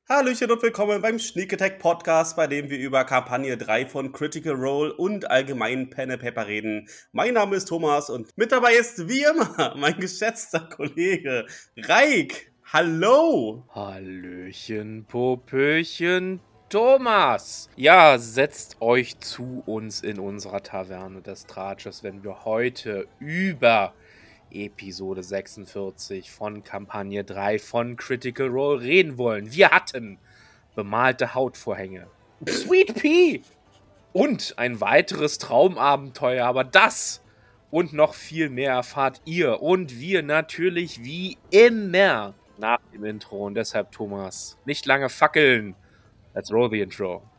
Hallöchen und willkommen beim Sneak Attack Podcast, bei dem wir über Kampagne 3 von Critical Role und allgemein Pen and Paper reden. Mein Name ist Thomas und mit dabei ist wie immer mein geschätzter Kollege Raik. Hallo! Hallöchen, Popöchen, Thomas! Ja, setzt euch zu uns in unserer Taverne des Tratsches, wenn wir heute über Episode 46 von Kampagne 3 von Critical Role reden wollen. Wir hatten bemalte Hautvorhänge, Sweet Pea und ein weiteres Traumabenteuer, aber das und noch viel mehr erfahrt ihr und wir natürlich wie immer nach dem Intro. Und deshalb, Thomas, nicht lange fackeln. Let's roll the intro.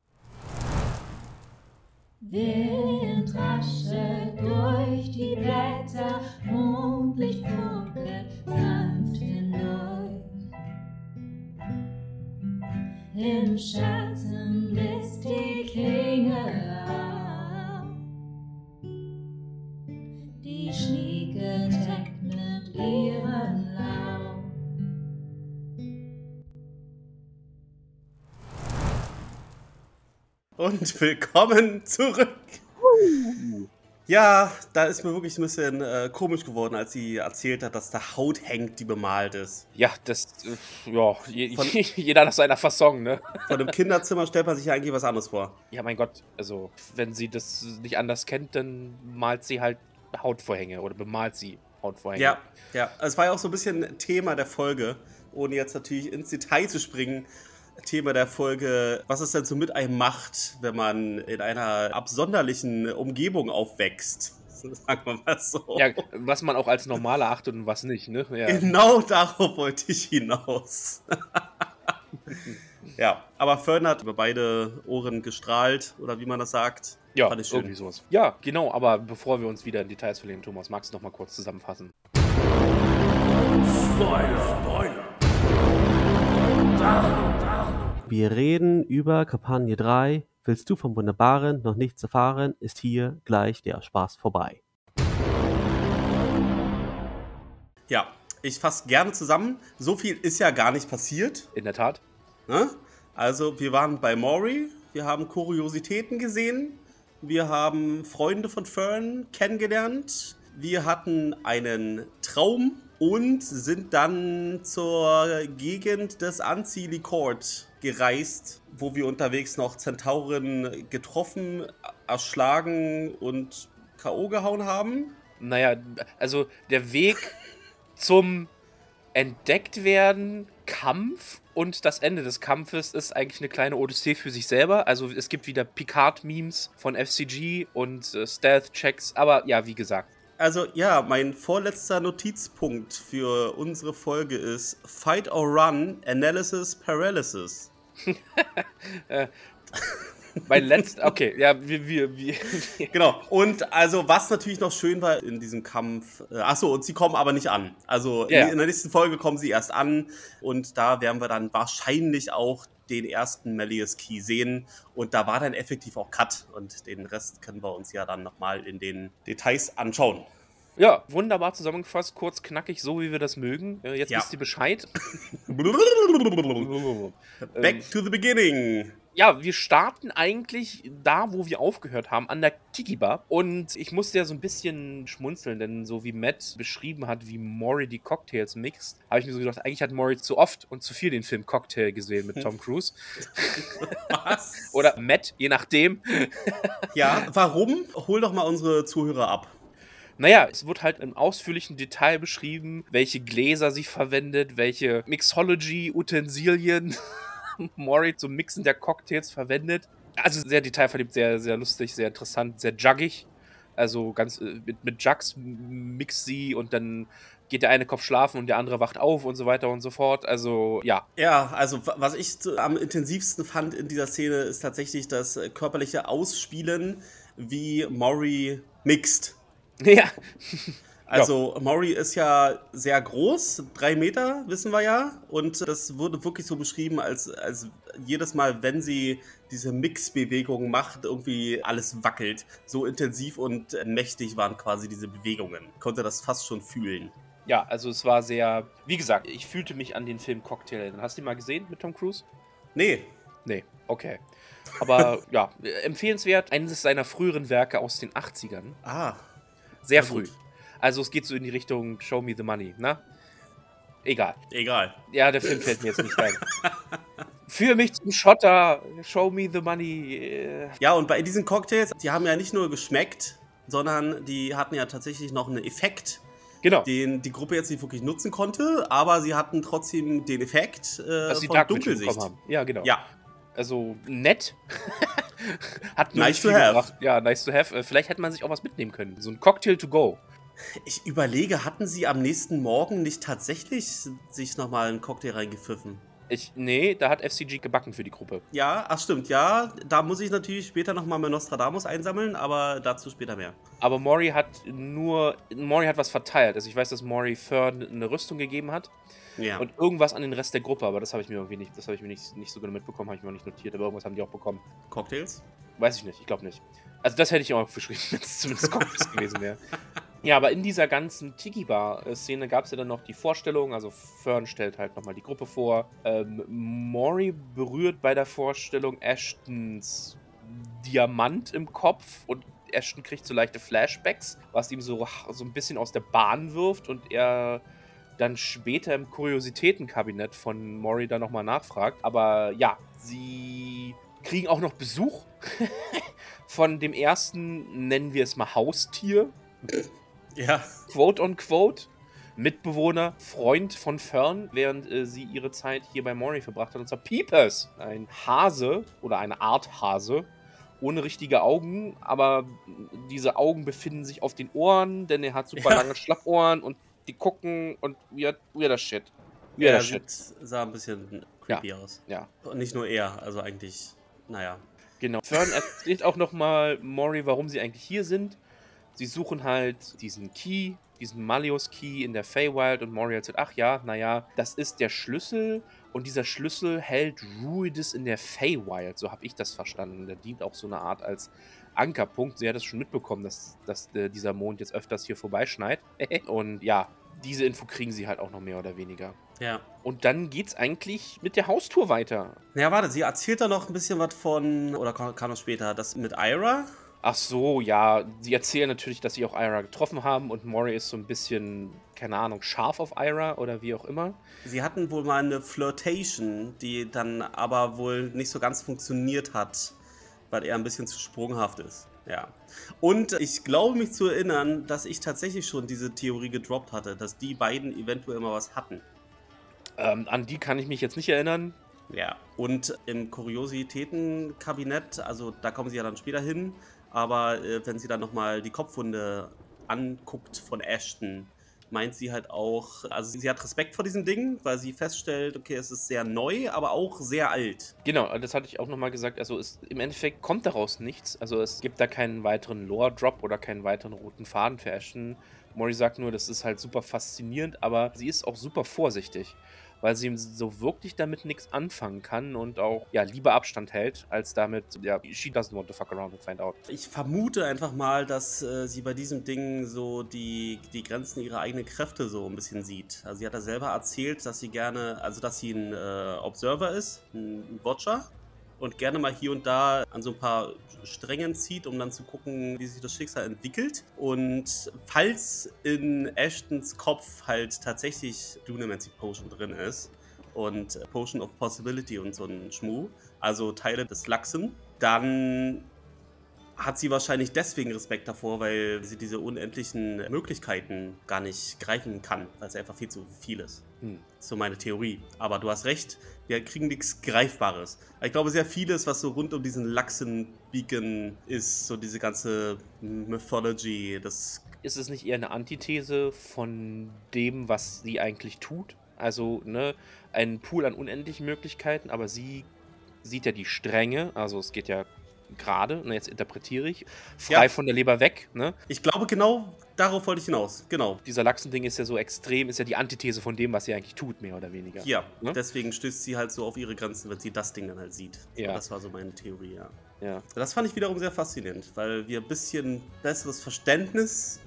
Wind raschelt durch die Blätter, Mondlicht funkelt sanft hindurch. Im Schatten blitzt die Klinge auf. Die Schnieke deckt mit ihren Lauf. Und willkommen zurück! Ja, da ist mir wirklich ein bisschen komisch geworden, als sie erzählt hat, dass da Haut hängt, die bemalt ist. Ja, jeder nach seiner Fasson, ne? Von einem Kinderzimmer stellt man sich ja eigentlich was anderes vor. Ja, mein Gott, also, wenn sie das nicht anders kennt, dann malt sie halt Hautvorhänge oder bemalt sie Hautvorhänge. Ja, es war ja auch so ein bisschen Thema der Folge, ohne jetzt natürlich ins Detail zu springen. Thema der Folge, was es denn so mit einem macht, wenn man in einer absonderlichen Umgebung aufwächst. Sagen wir mal so. Ja, was man auch als normal erachtet und was nicht, ne? Ja. Genau darauf wollte ich hinaus. Ja, aber Fern hat über beide Ohren gestrahlt, oder wie man das sagt. Ja, fand ich schön. irgendwie sowas. Ja, genau, aber bevor wir uns wieder in Details verlieren, Thomas, magst du noch mal kurz zusammenfassen? Spoiler. Wir reden über Kampagne 3. Willst du vom Wunderbaren noch nichts erfahren, ist hier gleich der Spaß vorbei. Ja, ich fasse gerne zusammen. So viel ist ja gar nicht passiert. In der Tat. Ne? Also, wir waren bei Maury, wir haben Kuriositäten gesehen, wir haben Freunde von Fern kennengelernt, wir hatten einen Traum und sind dann zur Gegend des Ancili-Court gereist, wo wir unterwegs noch Zentauren getroffen, erschlagen und K.O. gehauen haben. Naja, also der Weg zum Entdecktwerden, Kampf und das Ende des Kampfes ist eigentlich eine kleine Odyssee für sich selber. Also es gibt wieder Picard-Memes von FCG und Stealth-Checks, aber ja, wie gesagt. Also ja, mein vorletzter Notizpunkt für unsere Folge ist Fight or Run, Analysis Paralysis. Mein letzter, okay, ja, wir. Genau, und also was natürlich noch schön war in diesem Kampf, achso, und sie kommen aber nicht an. Also Ja. in der nächsten Folge kommen sie erst an und da werden wir dann wahrscheinlich auch den ersten Malleus Key sehen und da war dann effektiv auch Cut und den Rest können wir uns ja dann nochmal in den Details anschauen. Ja, wunderbar zusammengefasst, kurz, knackig, so wie wir das mögen. Jetzt Ja. wisst ihr Bescheid. Back to the beginning. Ja, wir starten eigentlich da, wo wir aufgehört haben, an der Tiki-Bar. Und ich musste ja so ein bisschen schmunzeln, denn so wie Matt beschrieben hat, wie Maury die Cocktails mixt, habe ich mir so gedacht, eigentlich hat Maury zu oft und zu viel den Film Cocktail gesehen mit Tom Cruise. Was? Oder Matt, je nachdem. Ja, warum? Hol doch mal unsere Zuhörer ab. Naja, es wird halt im ausführlichen Detail beschrieben, welche Gläser sie verwendet, welche Mixology-Utensilien Maury zum Mixen der Cocktails verwendet. Also sehr detailverliebt, sehr, sehr lustig, sehr interessant, sehr juggig. Also ganz mit Jugs mixt sie und dann geht der eine Kopf schlafen und der andere wacht auf und so weiter und so fort. Also ja. Ja, also was ich am intensivsten fand in dieser Szene ist tatsächlich das körperliche Ausspielen, wie Maury mixt. Ja. Also Maury ist ja sehr groß, 3 Meter, wissen wir ja. Und das wurde wirklich so beschrieben, als jedes Mal, wenn sie diese Mix-Bewegung macht, irgendwie alles wackelt. So intensiv und mächtig waren quasi diese Bewegungen. Ich konnte das fast schon fühlen. Ja, also es war sehr, wie gesagt, ich fühlte mich an den Film Cocktail erinnern. Hast du ihn mal gesehen mit Tom Cruise? Nee. Nee, okay. Aber ja, empfehlenswert. Eines seiner früheren Werke aus den 80ern. Ah, Sehr na früh. gut. Also es geht so in die Richtung Show Me the Money, ne? Egal. Egal. Ja, der Film fällt mir jetzt nicht ein. Führ mich zum Schotter, Show Me the Money. Ja, und bei diesen Cocktails, die haben ja nicht nur geschmeckt, sondern die hatten ja tatsächlich noch einen Effekt, Genau. den die Gruppe jetzt nicht wirklich nutzen konnte, aber sie hatten trotzdem den Effekt Dass sie von Dark Vision Dunkelsicht. bekommen haben. Ja, genau. Ja, Also nett. Hat nur Nice nicht to viel have. gebracht. Ja, nice to have. Vielleicht hätte man sich auch was mitnehmen können. So ein Cocktail to go. ich überlege, hatten sie am nächsten Morgen nicht tatsächlich sich nochmal einen Cocktail reingepfiffen? Nee, da hat FCG gebacken für die Gruppe. Ja, ach stimmt, ja, da muss ich natürlich später nochmal mit Nostradamus einsammeln, aber dazu später mehr. Aber Maury hat was verteilt. Also ich weiß, dass Maury Fern eine Rüstung gegeben hat Ja, und irgendwas an den Rest der Gruppe, aber das habe ich mir irgendwie nicht, nicht so genau mitbekommen, habe ich mir auch nicht notiert, aber irgendwas haben die auch bekommen. Cocktails? Weiß ich nicht, ich glaube nicht. Also das hätte ich auch geschrieben, wenn es zumindest Cocktails gewesen wäre. Ja, aber in dieser ganzen Tiki-Bar-Szene gab es ja dann noch die Vorstellung, also Fern stellt halt nochmal die Gruppe vor. Maury berührt bei der Vorstellung Ashtons Diamant im Kopf und Ashton kriegt so leichte Flashbacks, was ihm so ein bisschen aus der Bahn wirft und er dann später im Kuriositätenkabinett von Maury dann nochmal nachfragt. Aber ja, sie kriegen auch noch Besuch von dem ersten, nennen wir es mal Haustier, Ja, quote on quote, Mitbewohner, Freund von Fern, während sie ihre Zeit hier bei Maury verbracht hat, und zwar Peepers, ein Hase oder eine Art Hase, ohne richtige Augen, aber diese Augen befinden sich auf den Ohren, denn er hat super Ja. lange Schlappohren und die gucken und weirder Shit. er Weirder Shit. sah ein bisschen creepy aus. Ja, Und nicht nur er, also eigentlich, naja. genau. Fern erzählt auch nochmal Maury, warum sie eigentlich hier sind. Sie suchen halt diesen Key, diesen Malleus-Key in der Feywild und Maury erzählt, ach ja, naja, das ist der Schlüssel und dieser Schlüssel hält Ruidus in der Feywild, so habe ich das verstanden. Der dient auch so eine Art als Ankerpunkt. Sie hat es schon mitbekommen, dass dieser Mond jetzt öfters hier vorbeischneit. Und ja, diese Info kriegen sie halt auch noch mehr oder weniger. Ja. Und dann geht's eigentlich mit der Haustour weiter. Naja, warte, sie erzählt da noch ein bisschen was von, oder kam noch später, das mit Ira? Ach so, ja, sie erzählen natürlich, dass sie auch Ira getroffen haben und Maury ist so ein bisschen, keine Ahnung, scharf auf Ira oder wie auch immer. Sie hatten wohl mal eine Flirtation, die dann aber wohl nicht so ganz funktioniert hat, weil er ein bisschen zu sprunghaft ist. Ja. Und ich glaube mich zu erinnern, dass ich tatsächlich schon diese Theorie gedroppt hatte, dass die beiden eventuell mal was hatten. An die kann ich mich jetzt nicht erinnern. Ja. Und im Kuriositätenkabinett, also da kommen sie ja dann später hin, aber wenn sie dann nochmal die Kopfwunde anguckt von Ashton, meint sie halt auch, also sie hat Respekt vor diesem Ding, weil sie feststellt, okay, es ist sehr neu, aber auch sehr alt. Genau, das hatte ich auch nochmal gesagt. Also im Endeffekt kommt daraus nichts. Also es gibt da keinen weiteren Lore-Drop oder keinen weiteren roten Faden für Ashton. Maury sagt nur, das ist halt super faszinierend, aber sie ist auch super vorsichtig, weil sie so wirklich damit nichts anfangen kann und auch, ja, lieber Abstand hält, als damit, ja, she doesn't want to fuck around and find out. Ich vermute einfach mal, dass sie bei diesem Ding so die Grenzen ihrer eigenen Kräfte so ein bisschen sieht. Also sie hat ja selber erzählt, dass sie gerne, also dass sie ein Observer ist, ein Watcher und gerne mal hier und da an so ein paar Strängen zieht, um dann zu gucken, wie sich das Schicksal entwickelt. Und falls in Ashtons Kopf halt tatsächlich Dunamancy Potion drin ist und Potion of Possibility und so ein Schmuh, also Teile des Luxen, dann hat sie wahrscheinlich deswegen Respekt davor, weil sie diese unendlichen Möglichkeiten gar nicht greifen kann, weil es einfach viel zu viel ist. Das ist so meine Theorie. Aber du hast recht, wir kriegen nichts Greifbares. Ich glaube, sehr vieles, was so rund um diesen Luxen-Beacon ist, so diese ganze Mythology, das... Ist es nicht eher eine Antithese von dem, was sie eigentlich tut? Also, ne, ein Pool an unendlichen Möglichkeiten, aber sie sieht ja die Stränge, also es geht ja gerade, ne, jetzt interpretiere ich, frei von der Leber weg, ne? Ich glaube, genau darauf wollte ich hinaus, genau. Dieser Lachsending ist ja so extrem, ist ja die Antithese von dem, was sie eigentlich tut, mehr oder weniger. Ja, ne? Deswegen stößt sie halt so auf ihre Grenzen, wenn sie das Ding dann halt sieht. So, Ja. das war so meine Theorie, ja. Ja. Das fand ich wiederum sehr faszinierend, weil wir ein bisschen besseres Verständnis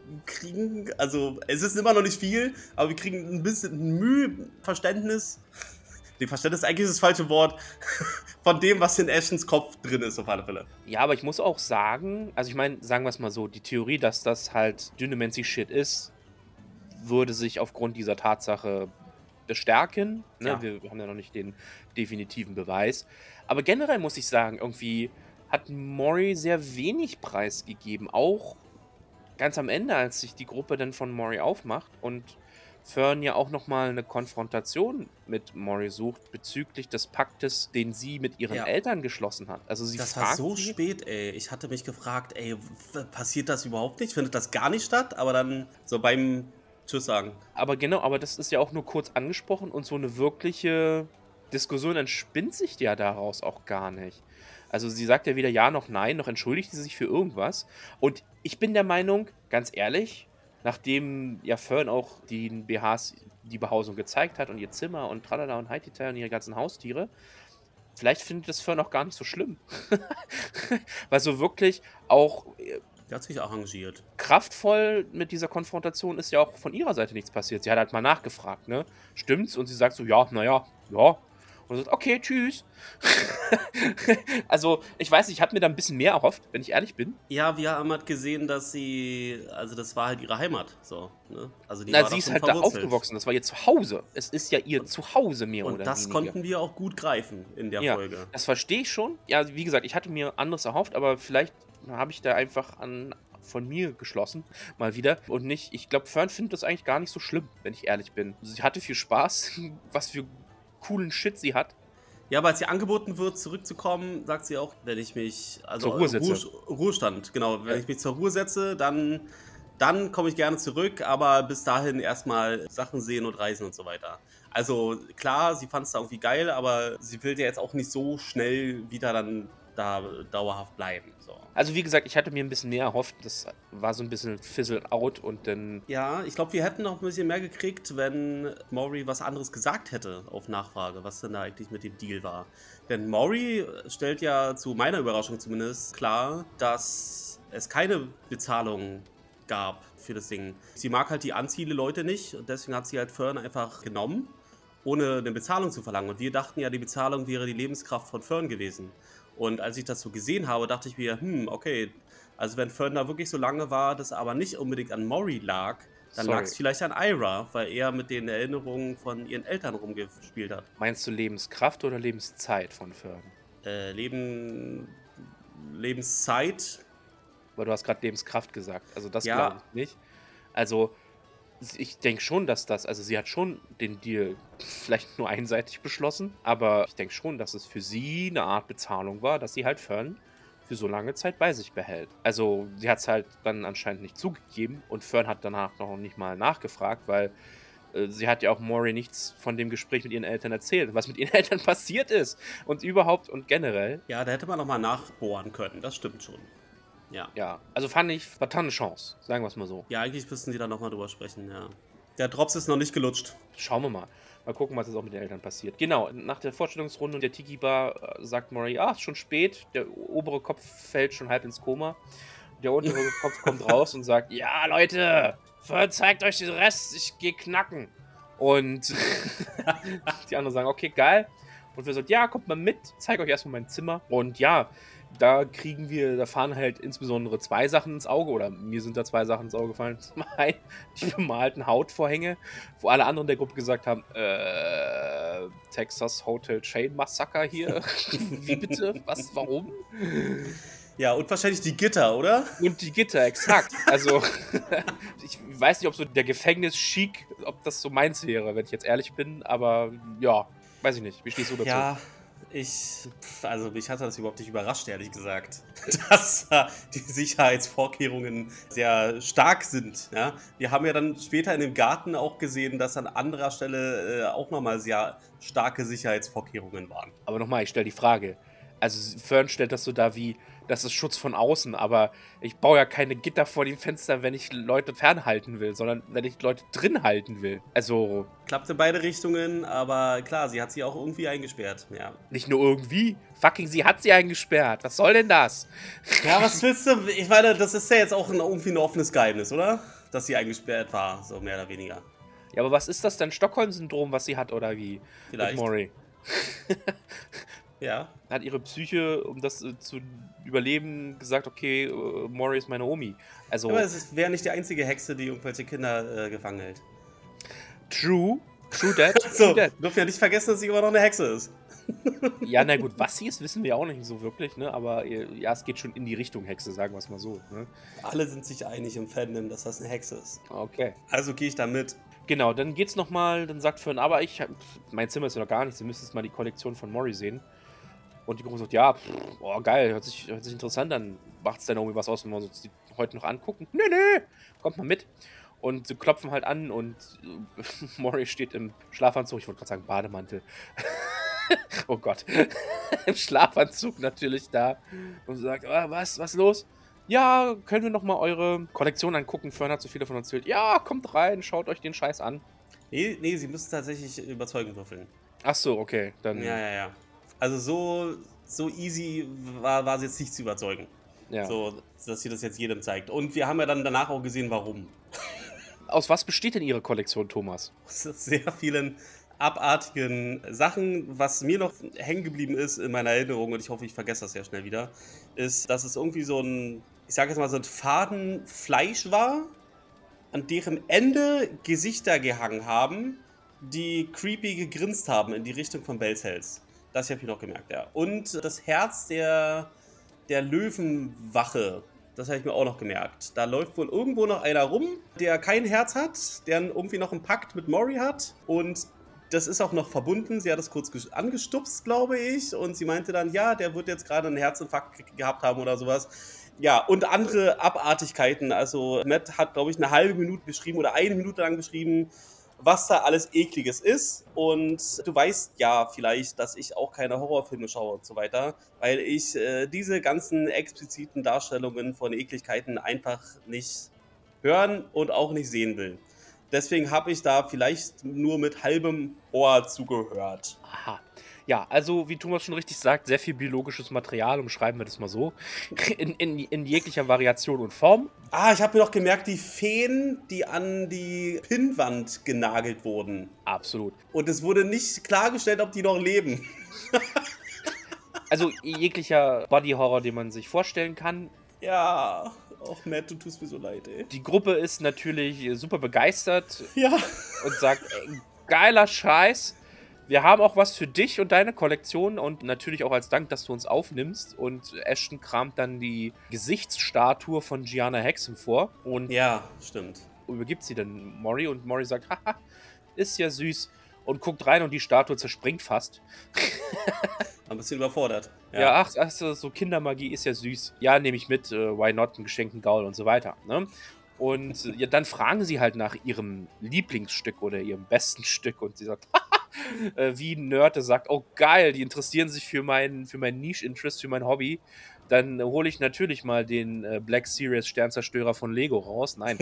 kriegen, also es ist immer noch nicht viel, aber wir kriegen ein bisschen Verständnis. Nee, Verständnis ist eigentlich das falsche Wort, von dem, was in Ashens Kopf drin ist, auf alle Fälle. Ja, aber ich muss auch sagen, also ich meine, sagen wir es mal so, die Theorie, dass das halt Dynamancy-Shit ist, würde sich aufgrund dieser Tatsache bestärken. Ne? Ja. Wir haben ja noch nicht den definitiven Beweis. Aber generell muss ich sagen, irgendwie hat Maury sehr wenig preisgegeben. Auch ganz am Ende, als sich die Gruppe dann von Maury aufmacht und Fern ja auch nochmal eine Konfrontation mit Maury sucht bezüglich des Paktes, den sie mit ihren Ja. Eltern geschlossen hat. Also sie Das war fragt so sie, spät, ey. Ich hatte mich gefragt, ey, passiert das überhaupt nicht? Findet das gar nicht statt? Aber dann so beim Tschüss sagen. aber genau, aber das ist ja auch nur kurz angesprochen und so eine wirkliche Diskussion entspinnt sich ja daraus auch gar nicht. Also sie sagt ja weder ja noch nein, noch entschuldigt sie sich für irgendwas. Und ich bin der Meinung, ganz ehrlich, nachdem ja Fern auch den BHs die Behausung gezeigt hat und ihr Zimmer und tralala und Haitita und ihre ganzen Haustiere, vielleicht findet das Fern auch gar nicht so schlimm. Weil so wirklich auch Der hat sich arrangiert. kraftvoll mit dieser Konfrontation ist ja auch von ihrer Seite nichts passiert. Sie hat halt mal nachgefragt, ne? Stimmt's? Und sie sagt so, ja, naja, ja. Und sagt, okay, tschüss. Also, ich weiß nicht, ich hatte mir da ein bisschen mehr erhofft, wenn ich ehrlich bin. Ja, wir haben halt gesehen, dass sie, also das war halt ihre Heimat, so, ne? Also die Na, war sie da ist schon halt da verwurzelt. aufgewachsen. Das war ihr Zuhause. Es ist ja ihr Zuhause mehr Und oder das weniger. konnten wir auch gut greifen in der Ja, Folge. das verstehe ich schon. Ja, wie gesagt, ich hatte mir anderes erhofft, aber vielleicht habe ich da einfach von mir geschlossen, mal wieder. Und nicht, ich glaube, Fern findet das eigentlich gar nicht so schlimm, wenn ich ehrlich bin. Sie hatte viel Spaß, was für coolen Shit sie hat. Ja, aber als ihr angeboten wird, zurückzukommen, sagt sie auch, wenn ich mich, also Zur Ruhe setze. Ruhestand, genau, wenn Ja. ich mich zur Ruhe setze, dann komme ich gerne zurück, aber bis dahin erstmal Sachen sehen und reisen und so weiter. Also klar, sie fand es da irgendwie geil, aber sie will ja jetzt auch nicht so schnell wieder dann da dauerhaft bleiben. So. Also wie gesagt, ich hatte mir ein bisschen mehr erhofft. Das war so ein bisschen fizzled out und dann... Ja, ich glaube, wir hätten noch ein bisschen mehr gekriegt, wenn Maury was anderes gesagt hätte auf Nachfrage, was denn da eigentlich mit dem Deal war. Denn Maury stellt ja zu meiner Überraschung zumindest klar, dass es keine Bezahlung gab für das Ding. Sie mag halt die Anziehleute nicht und deswegen hat sie halt Fern einfach genommen, ohne eine Bezahlung zu verlangen. Und wir dachten ja, die Bezahlung wäre die Lebenskraft von Fern gewesen. Und als ich das so gesehen habe, dachte ich mir, okay, also wenn Fern da wirklich so lange war, das aber nicht unbedingt an Maury lag, dann Sorry. lag es vielleicht an Ira, weil er mit den Erinnerungen von ihren Eltern rumgespielt hat. Meinst du Lebenskraft oder Lebenszeit von Fern? Lebenszeit. Weil du hast gerade Lebenskraft gesagt. Also das Ja. glaube ich nicht. Also ich denke schon, dass das, also sie hat schon den Deal vielleicht nur einseitig beschlossen, aber ich denke schon, dass es für sie eine Art Bezahlung war, dass sie halt Fern für so lange Zeit bei sich behält. Also sie hat es halt dann anscheinend nicht zugegeben und Fern hat danach noch nicht mal nachgefragt, weil sie hat ja auch Maury nichts von dem Gespräch mit ihren Eltern erzählt, was mit ihren Eltern passiert ist und überhaupt und generell. Ja, da hätte man nochmal nachbohren können, das stimmt schon. Ja. Ja, also fand ich, vertane eine Chance, sagen wir es mal so. Ja, eigentlich müssten sie da nochmal drüber sprechen, ja. Der Drops ist noch nicht gelutscht. Schauen wir mal. Mal gucken, was jetzt auch mit den Eltern passiert. Genau, nach der Vorstellungsrunde der Tiki-Bar sagt Maury, ist schon spät, der obere Kopf fällt schon halb ins Koma. Der untere Kopf kommt raus und sagt, ja, Leute, zeigt euch den Rest, ich gehe knacken. Und die anderen sagen, okay, geil. Und wir sagen, ja, kommt mal mit, zeig euch erstmal mein Zimmer. Und ja, da fahren halt insbesondere zwei Sachen ins Auge, oder mir sind da zwei Sachen ins Auge gefallen. Zum einen die bemalten Hautvorhänge, wo alle anderen der Gruppe gesagt haben, Texas Hotel Chain Massacre hier. Wie bitte? Was? Warum? Ja, und wahrscheinlich die Gitter, oder? Und die Gitter, exakt. Also, ich weiß nicht, ob so der Gefängnis-Chic, ob das so meins wäre, wenn ich jetzt ehrlich bin, aber ja, weiß ich nicht. Wie stehst du dazu? Ja, also mich hat das überhaupt nicht überrascht, ehrlich gesagt, dass die Sicherheitsvorkehrungen sehr stark sind. Ja? Wir haben ja dann später in dem Garten auch gesehen, dass an anderer Stelle auch nochmal sehr starke Sicherheitsvorkehrungen waren. Aber nochmal, ich stelle die Frage. Also Fern stellt das so dar wie, das ist Schutz von außen, aber ich baue ja keine Gitter vor den Fenstern, wenn ich Leute fernhalten will, sondern wenn ich Leute drin halten will. Also Klappt in beide Richtungen, aber klar, sie hat sie auch irgendwie eingesperrt. Ja. nicht nur irgendwie, fucking sie hat sie eingesperrt. Was soll denn das? Ja, was willst du? Ich meine, das ist ja jetzt auch irgendwie ein offenes Geheimnis, oder? Dass sie eingesperrt war, so mehr oder weniger. Ja, aber was ist das denn? Stockholm-Syndrom, was sie hat, oder wie? Vielleicht. Mit Mori. Ja. Hat ihre Psyche, um das zu überleben, gesagt, okay, Mori ist meine Omi. Also, Aber es wäre nicht die einzige Hexe, die irgendwelche Kinder gefangen hält. true that, So, true that. wir dürfen ja nicht vergessen, dass sie immer noch eine Hexe ist. Ja, na gut, was sie ist, wissen wir auch nicht so wirklich, ne? Aber ja, es geht schon in die Richtung Hexe, sagen wir es mal so. Ne? Alle sind sich einig im Fandom, dass das eine Hexe ist. Okay. Also gehe ich da mit. Genau, dann geht's nochmal, dann sagt Fern, aber mein Zimmer ist ja noch gar nichts, ihr müsst jetzt mal die Kollektion von Mori sehen. Und die Gruppe sagt, ja, boah, geil, hört sich interessant an. Macht's denn irgendwie was aus, wenn wir uns die heute noch angucken? Nö, kommt mal mit. Und sie klopfen halt an und Mori steht im Schlafanzug, ich wollte gerade sagen Bademantel. Oh Gott. Im Schlafanzug natürlich da. Und sagt, was los? Ja, können wir noch mal eure Kollektion angucken? Fern hat so viel davon erzählt. Ja, kommt rein, schaut euch den Scheiß an. Nee, sie müssen tatsächlich überzeugen würfeln. Ach so, okay. Dann, Ja. Also so easy war sie jetzt nicht zu überzeugen. ja. So, dass sie das jetzt jedem zeigt. Und wir haben ja dann danach auch gesehen, warum. Aus was besteht denn Ihre Kollektion, Thomas? Aus sehr vielen abartigen Sachen. Was mir noch hängen geblieben ist in meiner Erinnerung, und ich hoffe, ich vergesse das sehr schnell wieder, ist, dass es irgendwie so ein, ich sage jetzt mal, so ein Faden Fleisch war, an deren Ende Gesichter gehangen haben, die creepy gegrinst haben in die Richtung von Bells Hells. Das habe ich noch gemerkt, ja. Und das Herz der Löwenwache, das habe ich mir auch noch gemerkt. Da läuft wohl irgendwo noch einer rum, der kein Herz hat, der irgendwie noch einen Pakt mit Mori hat. Und das ist auch noch verbunden. Sie hat das kurz angestupst, glaube ich. Und sie meinte dann, ja, der wird jetzt gerade einen Herzinfarkt gehabt haben oder sowas. Ja, und andere Abartigkeiten. Also Matt hat, glaube ich, eine halbe Minute beschrieben oder eine Minute lang beschrieben, was da alles Ekliges ist. Und du weißt ja vielleicht, dass ich auch keine Horrorfilme schaue und so weiter, weil ich diese ganzen expliziten Darstellungen von Ekligkeiten einfach nicht hören und auch nicht sehen will. Deswegen habe ich da vielleicht nur mit halbem Ohr zugehört. Aha. Ja, also wie Thomas schon richtig sagt, sehr viel biologisches Material, umschreiben wir das mal so, in jeglicher Variation und Form. Ich habe mir noch gemerkt, die Feen, die an die Pinnwand genagelt wurden. Absolut. Und es wurde nicht klargestellt, ob die noch leben. Also jeglicher Body-Horror, den man sich vorstellen kann. Ja, auch Matt, du tust mir so leid, ey. Die Gruppe ist natürlich super begeistert Ja. und sagt, ey, geiler Scheiß. Wir haben auch was für dich und deine Kollektion und natürlich auch als Dank, dass du uns aufnimmst. Und Ashton kramt dann die Gesichtsstatue von Gianna Hexen vor und Ja, stimmt. übergibt sie dann Mori und Mori sagt, haha, ist ja süß und guckt rein und die Statue zerspringt fast. Ein bisschen überfordert. Ja, ach, so Kindermagie ist ja süß. Ja, nehme ich mit, why not, einen geschenkten Gaul und so weiter. Ne? Und ja, dann fragen sie halt nach ihrem Lieblingsstück oder ihrem besten Stück und sie sagt, wie ein Nerd, der sagt, oh geil, die interessieren sich für mein Niche-Interest, für mein Hobby. Dann hole ich natürlich mal den Black Series Sternzerstörer von Lego raus. Nein.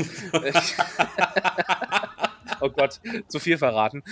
Oh Gott, zu viel verraten.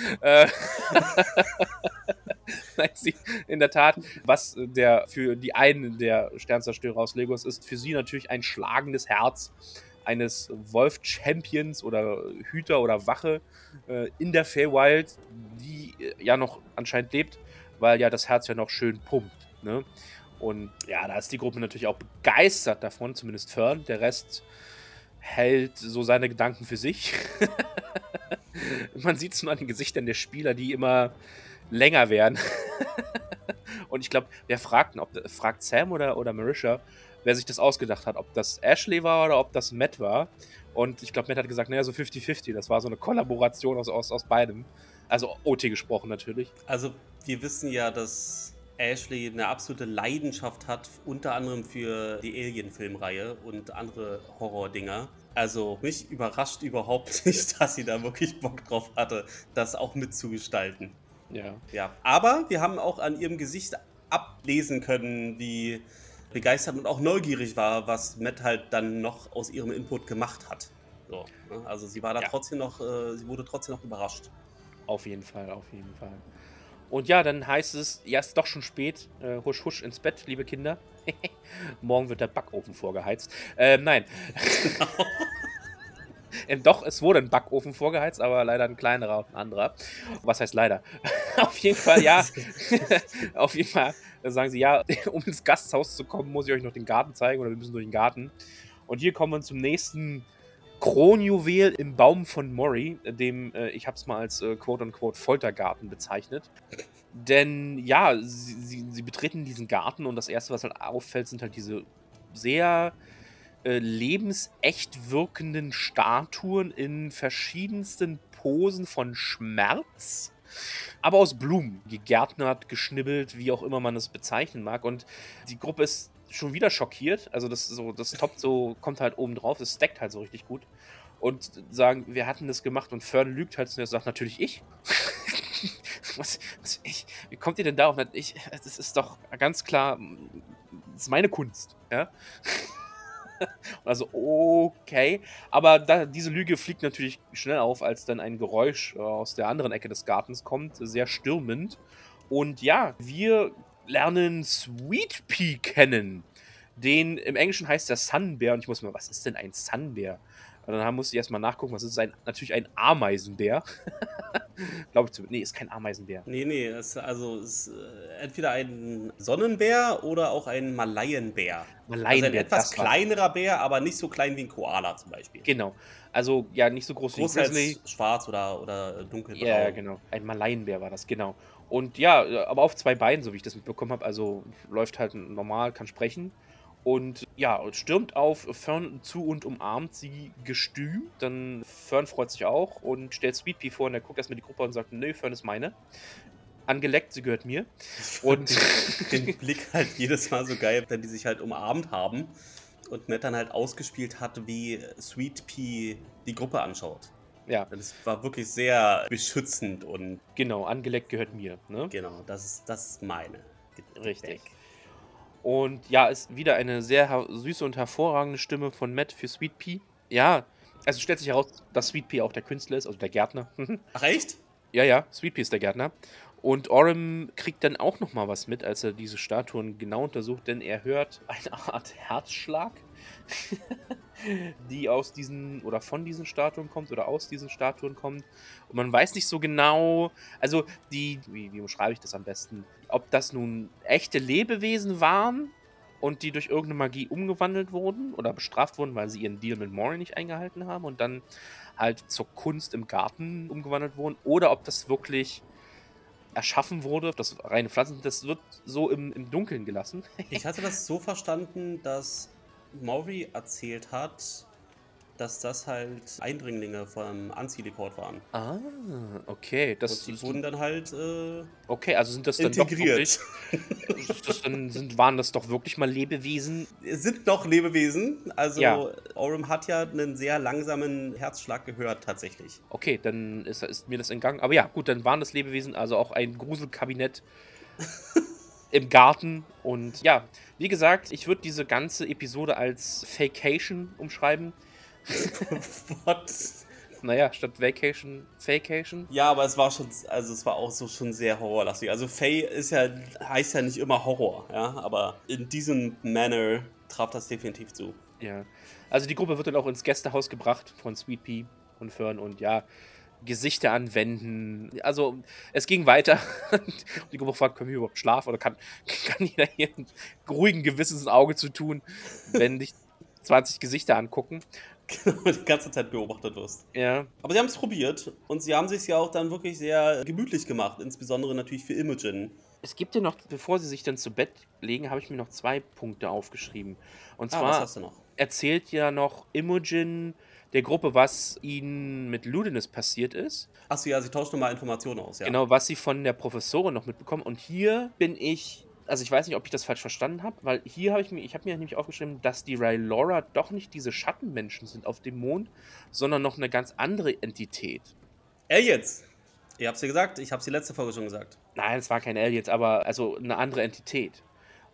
Nein, in der Tat, was der für die einen der Sternzerstörer aus Legos ist, für sie natürlich ein schlagendes Herz eines Wolf-Champions oder Hüter oder Wache in der Feywild, die ja noch anscheinend lebt, weil ja das Herz ja noch schön pumpt. Ne? Und ja, da ist die Gruppe natürlich auch begeistert davon, zumindest Fern. Der Rest hält so seine Gedanken für sich. Man sieht es nur an den Gesichtern der Spieler, die immer länger werden. Und ich glaube, wer fragt Sam oder Marisha, wer sich das ausgedacht hat, ob das Ashley war oder ob das Matt war. Und ich glaube, Matt hat gesagt, naja, so 50-50. Das war so eine Kollaboration aus beidem. Also OT gesprochen natürlich. Also, wir wissen ja, dass Ashley eine absolute Leidenschaft hat, unter anderem für die Alien-Filmreihe und andere Horror-Dinger. Also, mich überrascht überhaupt nicht, dass sie da wirklich Bock drauf hatte, das auch mitzugestalten. Ja. Ja, aber wir haben auch an ihrem Gesicht ablesen können, wie begeistert und auch neugierig war, was Matt halt dann noch aus ihrem Input gemacht hat. So, ne? Also sie war da Ja. trotzdem noch, sie wurde trotzdem noch überrascht. Auf jeden Fall, auf jeden Fall. Und ja, dann heißt es, ja, ist doch schon spät. Husch, husch ins Bett, liebe Kinder. Morgen wird der Backofen vorgeheizt. Nein. Doch, es wurde ein Backofen vorgeheizt, aber leider ein kleinerer und ein anderer. Was heißt leider? Auf jeden Fall, ja. Auf jeden Fall sagen sie, ja, um ins Gasthaus zu kommen, muss ich euch noch den Garten zeigen oder wir müssen durch den Garten. Und hier kommen wir zum nächsten Kronjuwel im Baum von Mori, dem, ich habe es mal als quote-unquote Foltergarten bezeichnet. Denn ja, sie betreten diesen Garten und das Erste, was halt auffällt, sind halt diese sehr lebensecht wirkenden Statuen in verschiedensten Posen von Schmerz, aber aus Blumen, gegärtnert, geschnibbelt, wie auch immer man es bezeichnen mag. Und die Gruppe ist schon wieder schockiert. Also das Top so kommt halt oben drauf, das stackt halt so richtig gut. Und sagen, wir hatten das gemacht und Fern lügt halt und er sagt, natürlich ich. Ich. Wie kommt ihr denn da auf? Das ist doch ganz klar, das ist meine Kunst, ja. Also, okay. Aber diese Lüge fliegt natürlich schnell auf, als dann ein Geräusch aus der anderen Ecke des Gartens kommt, sehr stürmend. Und ja, wir lernen Sweet Pea kennen. Den im Englischen heißt der Sunbear. Und ich muss mal, was ist denn ein Sunbear? Und dann musste ich erstmal nachgucken, was ist natürlich ein Ameisenbär. Glaube ich zumindest. Nee, ist kein Ameisenbär. Nee, es ist entweder ein Sonnenbär oder auch ein Malayenbär. Also ein Malayenbär, etwas das war's. kleinerer Bär, aber nicht so klein wie ein Koala zum Beispiel. Genau. Also, ja, nicht so groß wie ein Grizzly. Großteils schwarz oder dunkelgrau. Ja, genau. Ein Malayenbär war das, genau. Und ja, aber auf zwei Beinen, so wie ich das mitbekommen habe. Also läuft halt normal, kann sprechen. Und ja, stürmt auf Fern zu und umarmt sie gestüm. Dann Fern freut sich auch und stellt Sweet Pea vor und er guckt erstmal die Gruppe und sagt, nö, Fern ist meine. Angeleckt, sie gehört mir. Und den Blick halt jedes Mal so geil, wenn die sich halt umarmt haben und Matt dann halt ausgespielt hat, wie Sweet Pea die Gruppe anschaut. ja, Das war wirklich sehr beschützend und genau, angeleckt gehört mir. Ne? genau, das ist meine. Geht Richtig. weg. Und ja, ist wieder eine sehr süße und hervorragende Stimme von Matt für Sweet Pea. Ja, also stellt sich heraus, dass Sweet Pea auch der Künstler ist, also der Gärtner. Ach echt? Ja, Sweet Pea ist der Gärtner. Und Orem kriegt dann auch nochmal was mit, als er diese Statuen genau untersucht, denn er hört eine Art Herzschlag, die aus diesen oder von diesen Statuen kommt oder aus diesen Statuen kommt. Und man weiß nicht so genau, also wie umschreibe ich das am besten? Ob das nun echte Lebewesen waren und die durch irgendeine Magie umgewandelt wurden oder bestraft wurden, weil sie ihren Deal mit Mori nicht eingehalten haben und dann halt zur Kunst im Garten umgewandelt wurden, oder ob das wirklich erschaffen wurde, ob das reine Pflanzen sind, das wird so im Dunkeln gelassen. Ich hatte das so verstanden, dass Maury erzählt hat, dass das halt Eindringlinge vom Anziehleport waren. Ah, okay. Und die wurden dann halt Okay, also sind das dann integriert. doch wirklich, waren das doch wirklich mal Lebewesen? Es sind noch Lebewesen. Also Ja. Orem hat ja einen sehr langsamen Herzschlag gehört tatsächlich. Okay, dann ist mir das entgangen. Aber ja, gut, dann waren das Lebewesen, also auch ein Gruselkabinett im Garten. Und ja, wie gesagt, ich würde diese ganze Episode als Fakeation umschreiben. What? Naja, statt Vacation, Fakeation. Ja, aber es war auch so schon sehr horrorlastig. Also Fae heißt ja nicht immer Horror, ja, aber in diesem Manner traf das definitiv zu. Ja, also die Gruppe wird dann auch ins Gästehaus gebracht von Sweet Pea und Fern und ja, Gesichter an Wänden. Also es ging weiter. Die Gruppe fragt, können wir überhaupt schlafen oder kann jeder hier einen ruhigen Gewissens ins Auge zu tun, wenn dich 20 Gesichter angucken. Genau, die ganze Zeit beobachtet wirst. Ja, Aber sie haben es probiert und sie haben es sich ja auch dann wirklich sehr gemütlich gemacht, insbesondere natürlich für Imogen. es gibt ja noch, bevor sie sich dann zu Bett legen, habe ich mir noch 2 Punkte aufgeschrieben. Und Was zwar hast du noch? erzählt ja noch Imogen der Gruppe, was ihnen mit Ludinus passiert ist. Achso, ja, sie tauscht nochmal Informationen aus, ja. Genau, was sie von der Professorin noch mitbekommen. Und hier bin ich, also ich weiß nicht, ob ich das falsch verstanden habe, weil hier habe ich mir nämlich aufgeschrieben, dass die Rylora doch nicht diese Schattenmenschen sind auf dem Mond, sondern noch eine ganz andere Entität. Aliens! Ihr habt's ja gesagt, ich hab's die letzte Folge schon gesagt. Nein, es war kein Aliens, aber also eine andere Entität.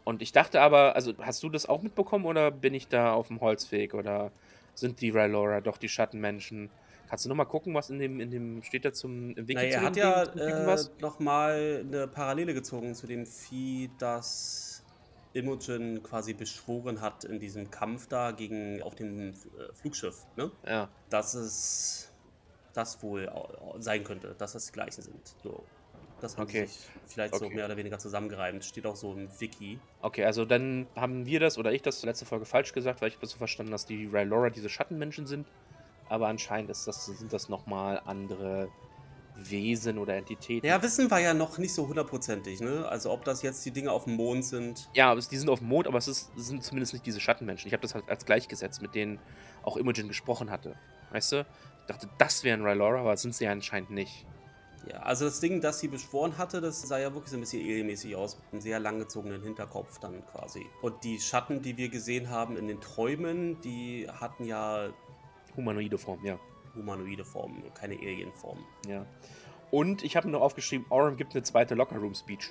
Und ich dachte aber, also hast du das auch mitbekommen oder bin ich da auf dem Holzweg oder sind die Rylora doch die Schattenmenschen? Kannst du nochmal gucken, was in dem steht da im Wiki Naja, zu er hat dem ja Typen was? nochmal eine Parallele gezogen zu dem Vieh, das Imogen quasi beschworen hat in diesem Kampf da auf dem Flugschiff, ne? Ja, Dass es das wohl sein könnte, dass das die gleichen sind. So. Das haben die okay. sich vielleicht so Okay. mehr oder weniger zusammengereimt. Steht auch so im Wiki. Okay, also dann haben wir das oder ich das letzte Folge falsch gesagt, weil ich habe so verstanden, dass die Rylora diese Schattenmenschen sind. Aber anscheinend sind das nochmal andere Wesen oder Entitäten. Ja, wissen wir ja noch nicht so hundertprozentig, ne? Also ob das jetzt die Dinge auf dem Mond sind. Ja, die sind auf dem Mond, aber es sind zumindest nicht diese Schattenmenschen. Ich habe das halt als gleichgesetzt, mit denen auch Imogen gesprochen hatte. Weißt du? Ich dachte, das wären Rylora, aber das sind sie ja anscheinend nicht. Ja, also das Ding, das sie beschworen hatte, das sah ja wirklich so ein bisschen alienmäßig aus, mit einem sehr langgezogenen Hinterkopf dann quasi. Und die Schatten, die wir gesehen haben in den Träumen, die hatten ja Humanoide Form, ja. humanoide Formen, keine Alien-Formen. Ja. Und ich habe mir noch aufgeschrieben, Orym gibt eine zweite Lockerroom-Speech.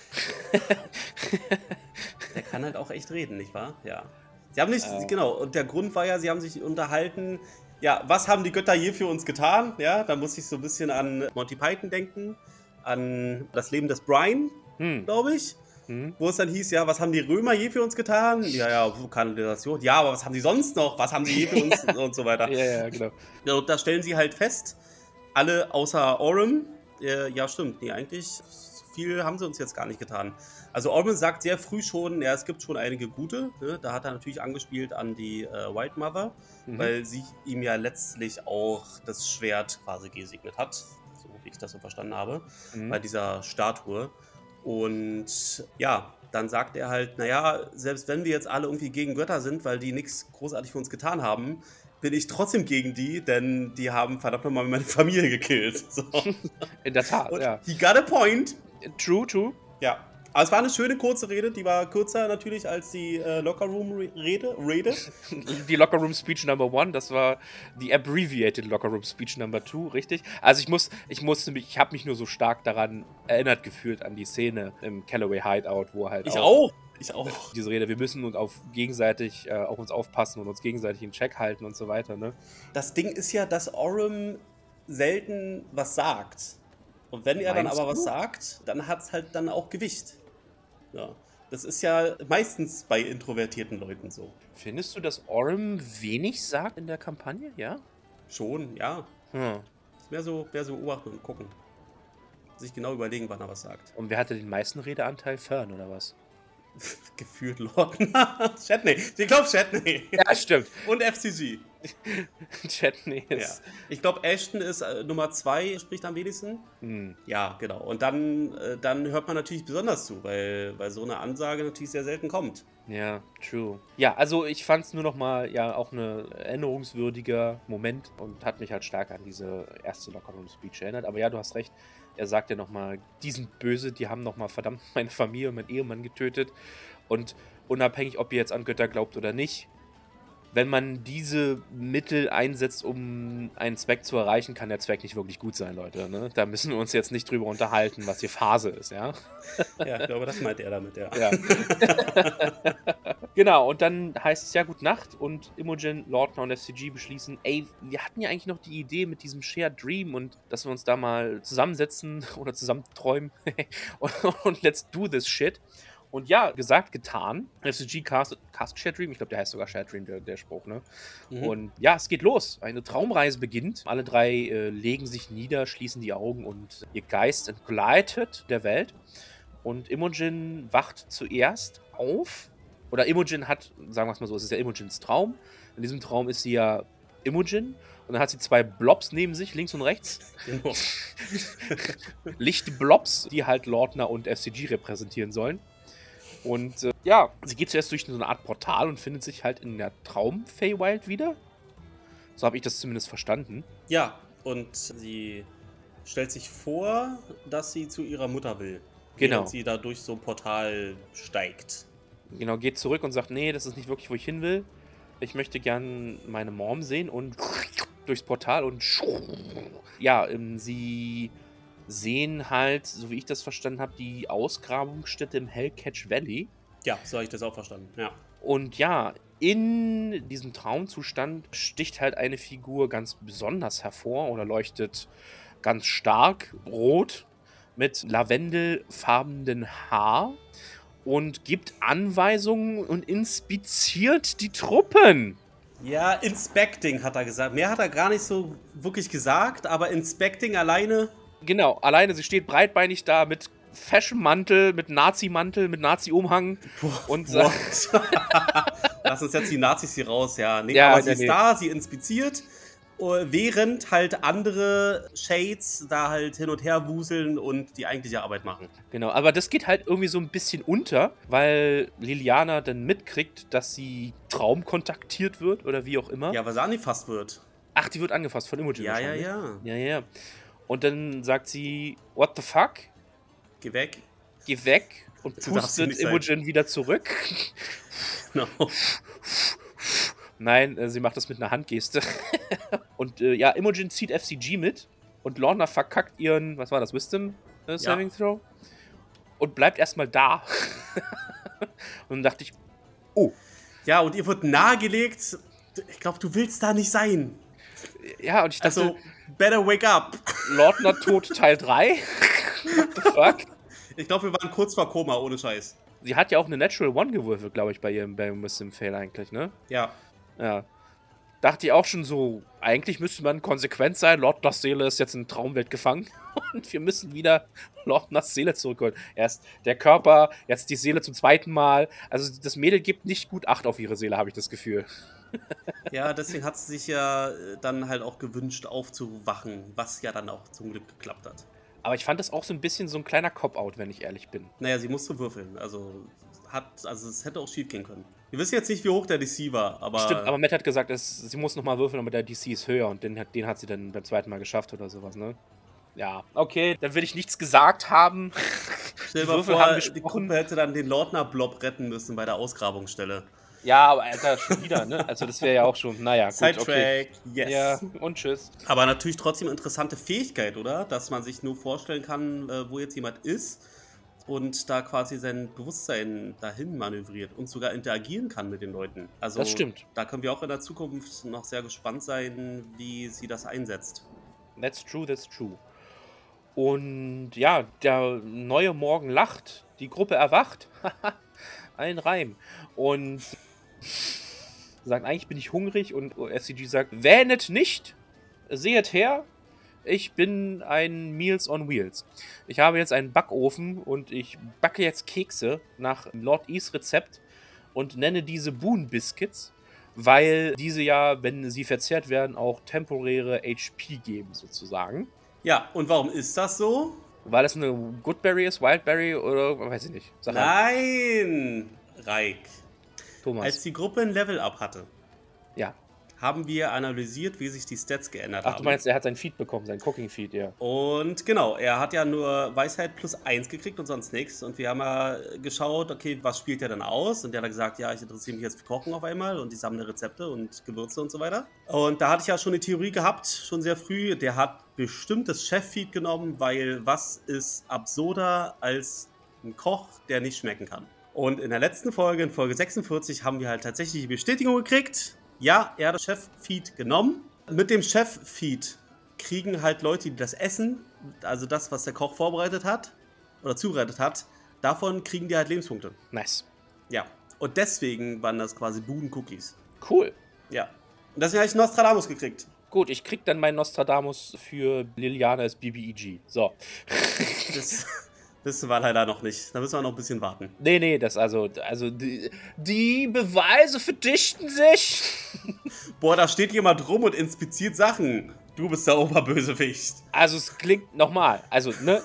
Der kann halt auch echt reden, nicht wahr? Ja. Sie haben nicht, genau, und der Grund war ja, sie haben sich unterhalten, ja, was haben die Götter je für uns getan? Ja, da muss ich so ein bisschen an Monty Python denken, an das Leben des Brian, glaube ich. Wo es dann hieß, ja, was haben die Römer je für uns getan? Ja, Kanalisation. Ja, aber was haben die sonst noch? Was haben die je für uns? Und so weiter. Ja, genau. Ja, und da stellen sie halt fest, alle außer Orym, ja, stimmt, nee, eigentlich so viel haben sie uns jetzt gar nicht getan. Also Orym sagt sehr früh schon, ja, es gibt schon einige gute. Ne? Da hat er natürlich angespielt an die White Mother, weil sie ihm ja letztlich auch das Schwert quasi gesegnet hat, so wie ich das so verstanden habe, bei dieser Statue. Und ja, dann sagt er halt, naja, selbst wenn wir jetzt alle irgendwie gegen Götter sind, weil die nichts großartig für uns getan haben, bin ich trotzdem gegen die, denn die haben verdammt nochmal meine Familie gekillt. So. In der Tat, Und ja. he got a point. True. Ja. Aber es war eine schöne kurze Rede, die war kürzer natürlich als die Lockerroom-Rede. Die Lockerroom Speech Number 1, das war die abbreviated Lockerroom Speech Number 2, richtig? Also ich habe mich nur so stark daran erinnert gefühlt an die Szene im Callaway Hideout, wo halt Ich auch. diese Rede, wir müssen uns gegenseitig auf uns aufpassen und uns gegenseitig in Check halten und so weiter, ne? Das Ding ist ja, dass Orym selten was sagt. Und wenn er dann Meinst aber du? was sagt, dann hat es halt dann auch Gewicht. Ja. Das ist ja meistens bei introvertierten Leuten so. Findest du, dass Orym wenig sagt in der Kampagne, ja? Schon, ja. Hm. Mehr so beobachten und gucken. Sich genau überlegen, wann er was sagt. Und wer hatte den meisten Redeanteil? Fern, oder was? Gefühlt Lord Shatney. Ich glaube Shatney. Ja, stimmt. Und FCG. Chatney Ja. ist... Ich glaube, Ashton ist Nummer 2, spricht am wenigsten. Ja, genau. Und dann hört man natürlich besonders zu, weil so eine Ansage natürlich sehr selten kommt. Ja, true. Ja, also ich fand es nur noch mal ja auch ein erinnerungswürdiger Moment und hat mich halt stark an diese erste Lockerroom-Speech erinnert. Aber ja, du hast recht. Er sagt ja noch mal, die sind böse, die haben noch mal verdammt meine Familie und meinen Ehemann getötet. Und unabhängig, ob ihr jetzt an Götter glaubt oder nicht, wenn man diese Mittel einsetzt, um einen Zweck zu erreichen, kann der Zweck nicht wirklich gut sein, Leute. Ne? Da müssen wir uns jetzt nicht drüber unterhalten, was hier Phase ist, ja? Ja, ich glaube, das meint er damit, ja. Ja. Genau, und dann heißt es ja Gute Nacht und Imogen, Lordner und FCG beschließen, ey, wir hatten ja eigentlich noch die Idee mit diesem Shared Dream und dass wir uns da mal zusammensetzen oder zusammen träumen und let's do this shit. Und ja, gesagt, getan. FCG cast Shared Dream, ich glaube, der heißt sogar Shared Dream, der Spruch, ne? Und ja, es geht los. Eine Traumreise beginnt. Alle drei legen sich nieder, schließen die Augen und ihr Geist entgleitet der Welt. Und Imogen wacht zuerst auf. Oder Imogen hat, sagen wir es mal so, es ist ja Imogens Traum. In diesem Traum ist sie ja Imogen. Und dann hat sie zwei Blobs neben sich, links und rechts. Genau. Lichtblobs, die halt Lordner und FCG repräsentieren sollen. Und ja, sie geht zuerst durch so eine Art Portal und findet sich halt in der Traum-Feywild wieder. So habe ich das zumindest verstanden. Ja, und sie stellt sich vor, dass sie zu ihrer Mutter will. Genau. Während sie da durch so ein Portal steigt. Genau, geht zurück und sagt, nee, das ist nicht wirklich, wo ich hin will. Ich möchte gern meine Mom sehen und durchs Portal und ja, sie sehen halt, so wie ich das verstanden habe, die Ausgrabungsstätte im Hellcatch Valley. Ja, so habe ich das auch verstanden. Ja. Und ja, in diesem Traumzustand sticht halt eine Figur ganz besonders hervor oder leuchtet ganz stark rot mit lavendelfarbenen Haar und gibt Anweisungen und inspiziert die Truppen. Ja, Inspecting hat er gesagt. Mehr hat er gar nicht so wirklich gesagt, aber Inspecting alleine. Genau, alleine, sie steht breitbeinig da mit Fashion-Mantel, mit Nazi-Mantel, mit Nazi-Umhang. Und Lass uns jetzt die Nazis hier raus, ja. Nee, Ja, aber sie nee, ist nee. da, sie inspiziert, während halt andere Shades da halt hin und her wuseln und die eigentliche Arbeit machen. Genau, aber das geht halt irgendwie so ein bisschen unter, weil Liliana dann mitkriegt, dass sie Traum kontaktiert wird oder wie auch immer. Ja, weil sie angefasst wird. Ach, die wird angefasst von Imogen. Ja, ja, wahrscheinlich. ja. Ja. Und dann sagt sie, what the fuck? Geh weg. Geh weg und Du darfst hier pustet nicht sein. Imogen wieder zurück. Genau. Nein, sie macht das mit einer Handgeste. Und ja, Imogen zieht FCG mit und Lorna verkackt ihren, was war das, Wisdom Saving Throw? Und bleibt erstmal da. Und dann dachte ich, oh. Ja, und ihr wird nahegelegt, ich glaube, du willst da nicht sein. Ja, und ich dachte, Also, better wake up. Lorna tot Teil 3? What the fuck? Ich glaube, wir waren kurz vor Koma, ohne Scheiß. Sie hat ja auch eine Natural One gewürfelt, glaube ich, bei ihrem Wisdom Fail eigentlich, ne? Ja. Ja. Dachte ich auch schon so, eigentlich müsste man konsequent sein. Lornas Seele ist jetzt in Traumwelt gefangen und wir müssen wieder Lornas Seele zurückholen. Erst der Körper, jetzt die Seele zum zweiten Mal. Also das Mädel gibt nicht gut Acht auf ihre Seele, habe ich das Gefühl. Ja, deswegen hat sie sich ja dann halt auch gewünscht, aufzuwachen, was ja dann auch zum Glück geklappt hat. Aber ich fand das auch so ein bisschen so ein kleiner Cop-Out, wenn ich ehrlich bin. Naja, sie musste würfeln, also es hätte auch schief gehen können. Wir wissen jetzt nicht, wie hoch der DC war, aber... Stimmt, aber Matt hat gesagt, sie muss nochmal würfeln, aber der DC ist höher und den hat sie dann beim zweiten Mal geschafft oder sowas, ne? Ja, okay, dann will ich nichts gesagt haben. Stell dir Die mal Würfel vor, haben die gesprochen. Gruppe hätte dann den Lordner-Blob retten müssen bei der Ausgrabungsstelle. Ja, aber Alter, schon wieder, ne? Also das wäre ja auch schon, naja, gut, Sidetrack, okay. yes. Ja, und tschüss. Aber natürlich trotzdem interessante Fähigkeit, oder? Dass man sich nur vorstellen kann, wo jetzt jemand ist und da quasi sein Bewusstsein dahin manövriert und sogar interagieren kann mit den Leuten. Also Das stimmt. da können wir auch in der Zukunft noch sehr gespannt sein, wie sie das einsetzt. That's true, that's true. Und ja, der neue Morgen lacht, die Gruppe erwacht. Ein Reim. Und sagt, eigentlich bin ich hungrig und FCG sagt, wähnet nicht, sehet her, ich bin ein Meals on Wheels. Ich habe jetzt einen Backofen und ich backe jetzt Kekse nach Lord E's Rezept und nenne diese Boon Biscuits, weil diese ja, wenn sie verzehrt werden, auch temporäre HP geben sozusagen. Ja, und warum ist das so? Weil es eine Goodberry ist, Wildberry oder weiß ich nicht. Sag mal, Nein, Reik. Thomas. Als die Gruppe ein Level-Up hatte, Ja. haben wir analysiert, wie sich die Stats geändert Ach, haben. du meinst, er hat sein Feed bekommen, sein Cooking-Feed, ja. Und genau, er hat ja nur Weisheit plus 1 gekriegt und sonst nichts. Und wir haben ja geschaut, okay, was spielt er denn aus? Und der hat gesagt, ja, ich interessiere mich jetzt für Kochen auf einmal und ich sammle Rezepte und Gewürze und so weiter. Und da hatte ich ja schon eine Theorie gehabt, schon sehr früh. Der hat bestimmt das Chef-Feed genommen, weil was ist absurder als ein Koch, der nicht schmecken kann? Und in der letzten Folge, in Folge 46, haben wir halt tatsächlich die Bestätigung gekriegt. Ja, er hat das Chef-Feed genommen. Mit dem Chef-Feed kriegen halt Leute, die das essen, also das, was der Koch vorbereitet hat oder zubereitet hat, davon kriegen die halt Lebenspunkte. Nice. Ja. Und deswegen waren das quasi Buden-Cookies. Cool. Ja. Und deswegen habe ich Nostradamus gekriegt. Gut, ich krieg dann meinen Nostradamus für Liliana als BBEG. So. Das wissen wir leider noch nicht. Da müssen wir noch ein bisschen warten. Nee, das also die Beweise verdichten sich. Boah, da steht jemand rum und inspiziert Sachen. Du bist der Oberbösewicht. Also es klingt nochmal, also ne,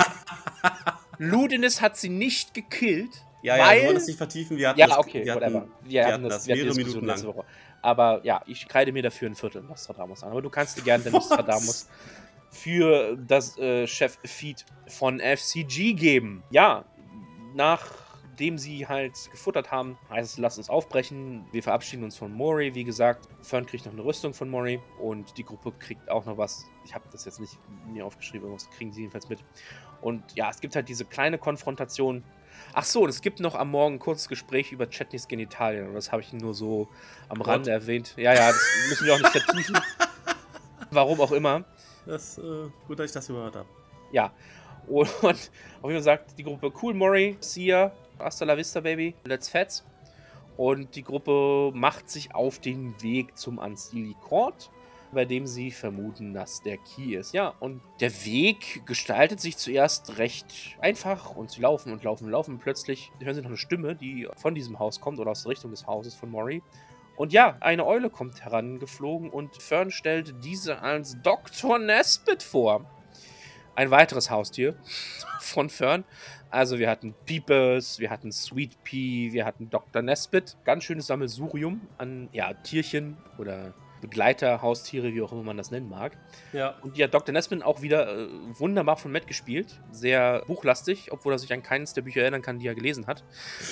Ludenis hat sie nicht gekillt, Ja, wir weil... wollen das nicht vertiefen. Wir hatten Ja, das, okay, wir whatever. hatten, Wir hatten das wir hatten mehrere die Minuten Diskussion lang. letzte Woche. Aber ja, ich kreide mir dafür ein Viertel Nostradamus an. Aber du kannst dir gerne den Was? Nostradamus für das Chef-Feed von FCG geben. Ja, nachdem sie halt gefuttert haben, heißt es, lass uns aufbrechen. Wir verabschieden uns von Mori. Wie gesagt, Fern kriegt noch eine Rüstung von Mori und die Gruppe kriegt auch noch was. Ich habe das jetzt nicht mir aufgeschrieben, aber das kriegen sie jedenfalls mit. Und ja, es gibt halt diese kleine Konfrontation Ach so, und es gibt noch am Morgen ein kurzes Gespräch über Chetneys Genitalien. Und das habe ich nur so am Rande erwähnt. Ja, das müssen wir auch nicht vertiefen. Warum auch immer. Das gut, dass ich das gehört habe. Ja. Und auf jeden Fall sagt die Gruppe, cool, Mori, see ya, hasta la vista, baby, let's fetz. Und die Gruppe macht sich auf den Weg zum Unseelie Court, bei dem sie vermuten, dass der Key ist. Ja, und der Weg gestaltet sich zuerst recht einfach und sie laufen und laufen und laufen. Plötzlich hören sie noch eine Stimme, die von diesem Haus kommt oder aus der Richtung des Hauses von Mori. Und ja, eine Eule kommt herangeflogen und Fern stellt diese als Dr. Nesbit vor. Ein weiteres Haustier von Fern. Also wir hatten Peepers, wir hatten Sweet Pea, wir hatten Dr. Nesbit. Ganz schönes Sammelsurium an Tierchen oder Begleiter, Haustiere, wie auch immer man das nennen mag. Ja. Und ja, Dr. Nesbit auch wieder wunderbar von Matt gespielt. Sehr buchlastig, obwohl er sich an keines der Bücher erinnern kann, die er gelesen hat.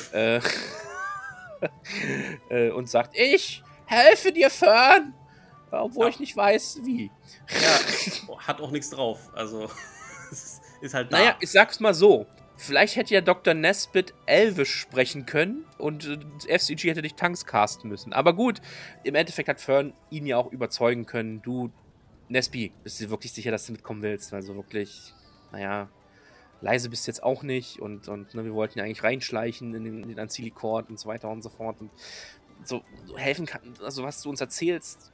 Und sagt, ich helfe dir, Fern! Obwohl ich nicht weiß, wie. Ja, hat auch nichts drauf. Also, ist halt da. Naja, ich sag's mal so. Vielleicht hätte ja Dr. Nesbit Elvisch sprechen können und FCG hätte dich Tanks casten müssen. Aber gut, im Endeffekt hat Fern ihn ja auch überzeugen können. Du, Nesby, bist du wirklich sicher, dass du mitkommen willst? Also wirklich, leise bist du jetzt auch nicht. Und wir wollten ja eigentlich reinschleichen in den Unseelie Court und so weiter und so fort. Und so helfen kann, also was du uns erzählst,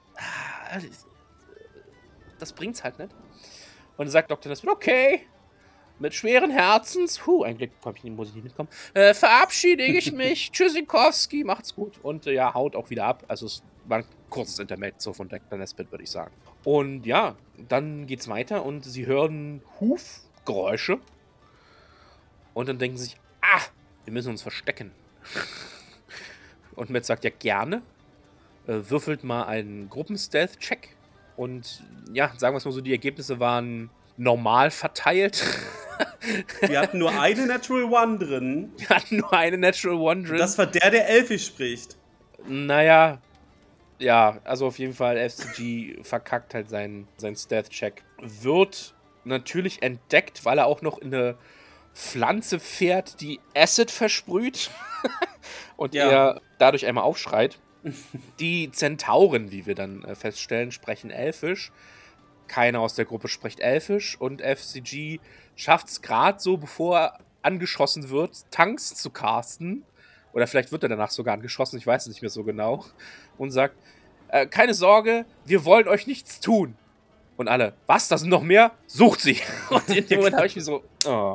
das bringt's halt nicht. Und dann sagt Dr. Nesbit, okay, mit schweren Herzens, ein Glück muss ich nicht mitkommen, verabschiede ich mich, Tschüssikowski, macht's gut. Und haut auch wieder ab. Also es war ein kurzes Intermezzo von Dr. Nesbit, würde ich sagen. Und ja, dann geht's weiter und sie hören Hufgeräusche. Und dann denken sie sich, wir müssen uns verstecken. Und Matt sagt, ja gerne. Würfelt mal einen Gruppen-Stealth-Check. Und ja, sagen wir es mal so, die Ergebnisse waren normal verteilt. Wir hatten nur eine Natural One drin. Das war der Elfisch spricht. Naja, also auf jeden Fall FCG verkackt halt seinen Stealth-Check. Wird natürlich entdeckt, weil er auch noch in eine Pflanze fährt, die Acid versprüht. Und er dadurch einmal aufschreit. Die Zentauren, wie wir dann feststellen, sprechen Elfisch. Keiner aus der Gruppe spricht Elfisch. Und FCG schafft es gerade so, bevor er angeschossen wird, Tanks zu casten. Oder vielleicht wird er danach sogar angeschossen, ich weiß es nicht mehr so genau. Und sagt, keine Sorge, wir wollen euch nichts tun. Und alle, was, das sind noch mehr? Sucht sie! Und in dem Moment habe ich mir so,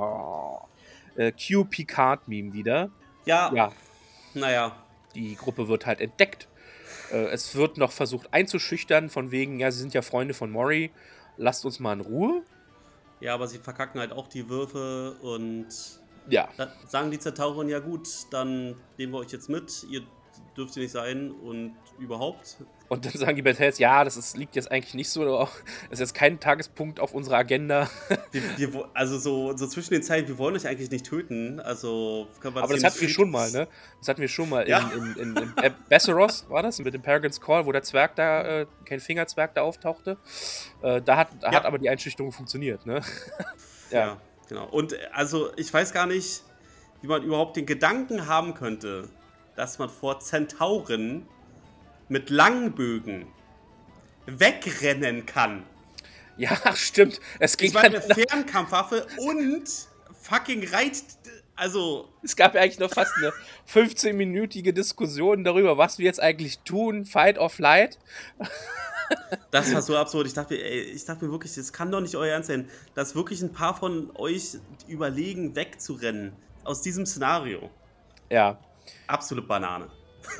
Q-Picard-Meme wieder. Ja. Naja. Die Gruppe wird halt entdeckt. Es wird noch versucht einzuschüchtern, von wegen, sie sind ja Freunde von Mori, lasst uns mal in Ruhe. Ja, aber sie verkacken halt auch die Würfe und da sagen die Zentauren, ja gut, dann nehmen wir euch jetzt mit, ihr dürft ihr nicht sein und überhaupt. Und dann sagen die Battles, liegt jetzt eigentlich nicht so, das ist jetzt kein Tagespunkt auf unserer Agenda. Also so zwischen den Zeilen, wir wollen euch eigentlich nicht töten, also können wir das. Aber das hatten wir schon mal, ne? Das hatten wir schon mal in Besseros, war das? Mit dem Peregrine's Call, wo der Zwerg da, kein Fingerzwerg da auftauchte. Da hat aber die Einschüchterung funktioniert, ne? Ja, genau. Und also ich weiß gar nicht, wie man überhaupt den Gedanken haben könnte, dass man vor Zentauren mit Langbögen wegrennen kann. Ja, stimmt. Es ging eine Fernkampfwaffe und fucking also... Es gab ja eigentlich noch fast eine 15-minütige Diskussion darüber, was wir jetzt eigentlich tun, Fight or Flight. Das war so absurd. Ich dachte mir wirklich, das kann doch nicht euer Ernst sein, dass wirklich ein paar von euch überlegen, wegzurennen aus diesem Szenario. Ja. Absolute Banane.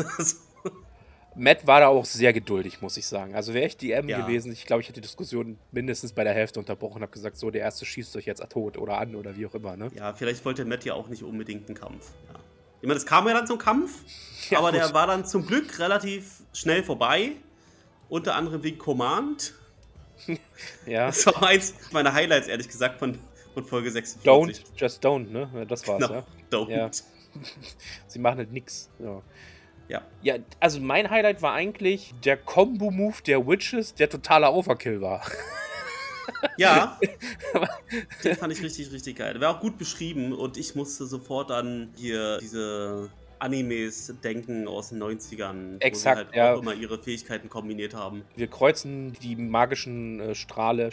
Matt war da auch sehr geduldig, muss ich sagen. Also wäre ich DM gewesen, ich glaube, ich hätte die Diskussion mindestens bei der Hälfte unterbrochen und habe gesagt, so, der Erste schießt euch jetzt tot oder an oder wie auch immer, ne? Ja, vielleicht wollte Matt ja auch nicht unbedingt einen Kampf. Ja. Ich meine, es kam ja dann zum Kampf, aber der war dann zum Glück relativ schnell vorbei. Unter anderem wegen Command. Ja. Das war eins meiner Highlights, ehrlich gesagt, von Folge 46. Don't, ne? Das war's, genau, don't. Ja. Sie machen halt nix. Ja, also mein Highlight war eigentlich der Combo-Move der Witches, der totaler Overkill war. Ja, den fand ich richtig, richtig geil. Der war auch gut beschrieben und ich musste sofort an hier diese Animes denken aus den 90ern, wo sie Exakt, halt ja. auch immer ihre Fähigkeiten kombiniert haben. Wir kreuzen die magischen Strähle?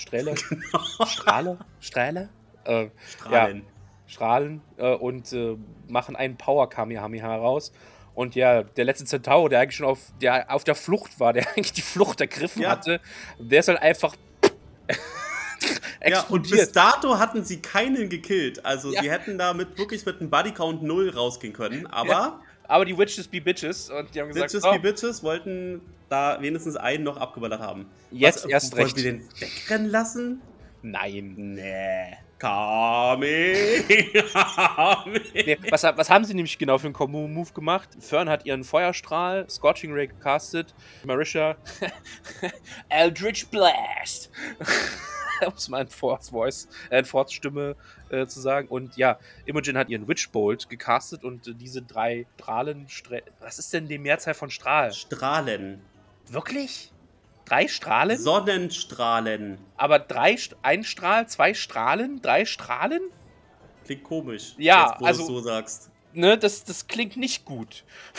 Ja, Strahlen. Strahlen und machen einen Power-Kamehameha raus. Und ja, der letzte Centaur, der eigentlich schon auf der Flucht war, der eigentlich die Flucht ergriffen Ja. hatte, der ist halt einfach Ja, und bis explodiert. dato hatten sie keinen gekillt. Also Ja. sie hätten damit wirklich mit einem Bodycount 0 rausgehen können. Aber Aber die Witches be Bitches und die haben gesagt, Bitches so, wie Bitches wollten da wenigstens einen noch abgeballert haben. Jetzt erst wollen recht. wir den wegrennen lassen? nein. Nee. Kami. Nee, was haben sie nämlich genau für einen Combo-Move gemacht? Fern hat ihren Feuerstrahl, Scorching Ray gecastet, Marisha Eldritch Blast. Um es mal in Force-Stimme zu sagen. Und ja, Imogen hat ihren Witch Bolt gecastet und diese 3 Strahlen... Was ist denn die Mehrzahl von Strahl? Strahlen. Wirklich? 3 Strahlen? Sonnenstrahlen. Aber ein Strahl, 2 Strahlen, 3 Strahlen? Klingt komisch. Ja, jetzt, wo also- du es so sagst. Ne, das klingt nicht gut.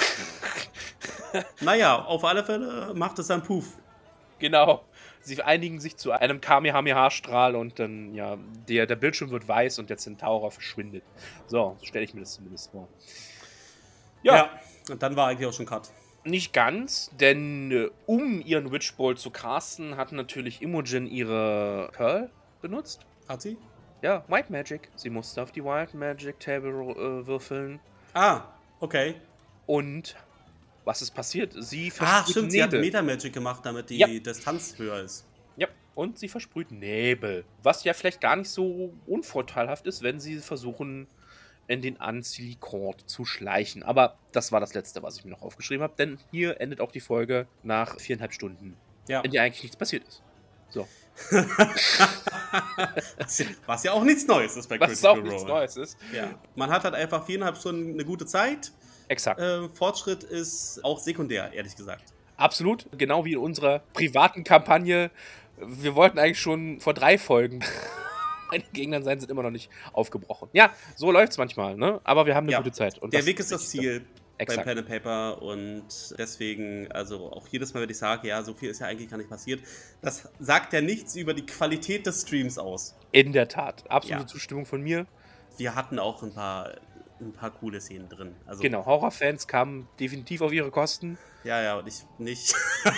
Naja, auf alle Fälle macht es dann Puff. Genau. Sie einigen sich zu einem Kamehameha-Strahl und dann, ja, der Bildschirm wird weiß und der Zentaurer verschwindet. So stelle ich mir das zumindest vor. Ja, Und dann war eigentlich auch schon Cut. nicht ganz, denn um ihren Witchbolt zu casten, hat natürlich Imogen ihre Pearl benutzt. Hat sie? Ja, White Magic. Sie musste auf die Wild Magic Table würfeln. Ah, okay. Und was ist passiert? Sie Ah, versprüht stimmt, sie hat Nebel. Metamagic gemacht, damit die Ja. Distanz höher ist. Ja, und sie versprüht Nebel. Was ja vielleicht gar nicht so unvorteilhaft ist, wenn sie versuchen, in den Ancilicort zu schleichen. Aber das war das Letzte, was ich mir noch aufgeschrieben habe, denn hier endet auch die Folge nach 4,5 Stunden, Ja. in der eigentlich nichts passiert ist. So, Was ja auch nichts Neues ist bei was Critical auch nichts Role. Neues ist. Ja. Man hat halt einfach 4,5 Stunden eine gute Zeit. Exakt. Fortschritt ist auch sekundär, ehrlich gesagt. Absolut. Genau wie in unserer privaten Kampagne. Wir wollten eigentlich schon vor 3 Folgen meine Gegner sein, sind immer noch nicht aufgebrochen. Ja, so läuft's manchmal, ne? Aber wir haben eine Ja. gute Zeit. Und Der das Weg ist das Wichtigste. Ziel beim Exakt. Pen and Paper und deswegen, also auch jedes Mal, wenn ich sage, ja, so viel ist ja eigentlich gar nicht passiert, das sagt ja nichts über die Qualität des Streams aus. In der Tat. Absolute Ja. Zustimmung von mir. Wir hatten auch ein paar coole Szenen drin. Also, Genau, Horrorfans kamen definitiv auf ihre Kosten. Ja, und ich nicht.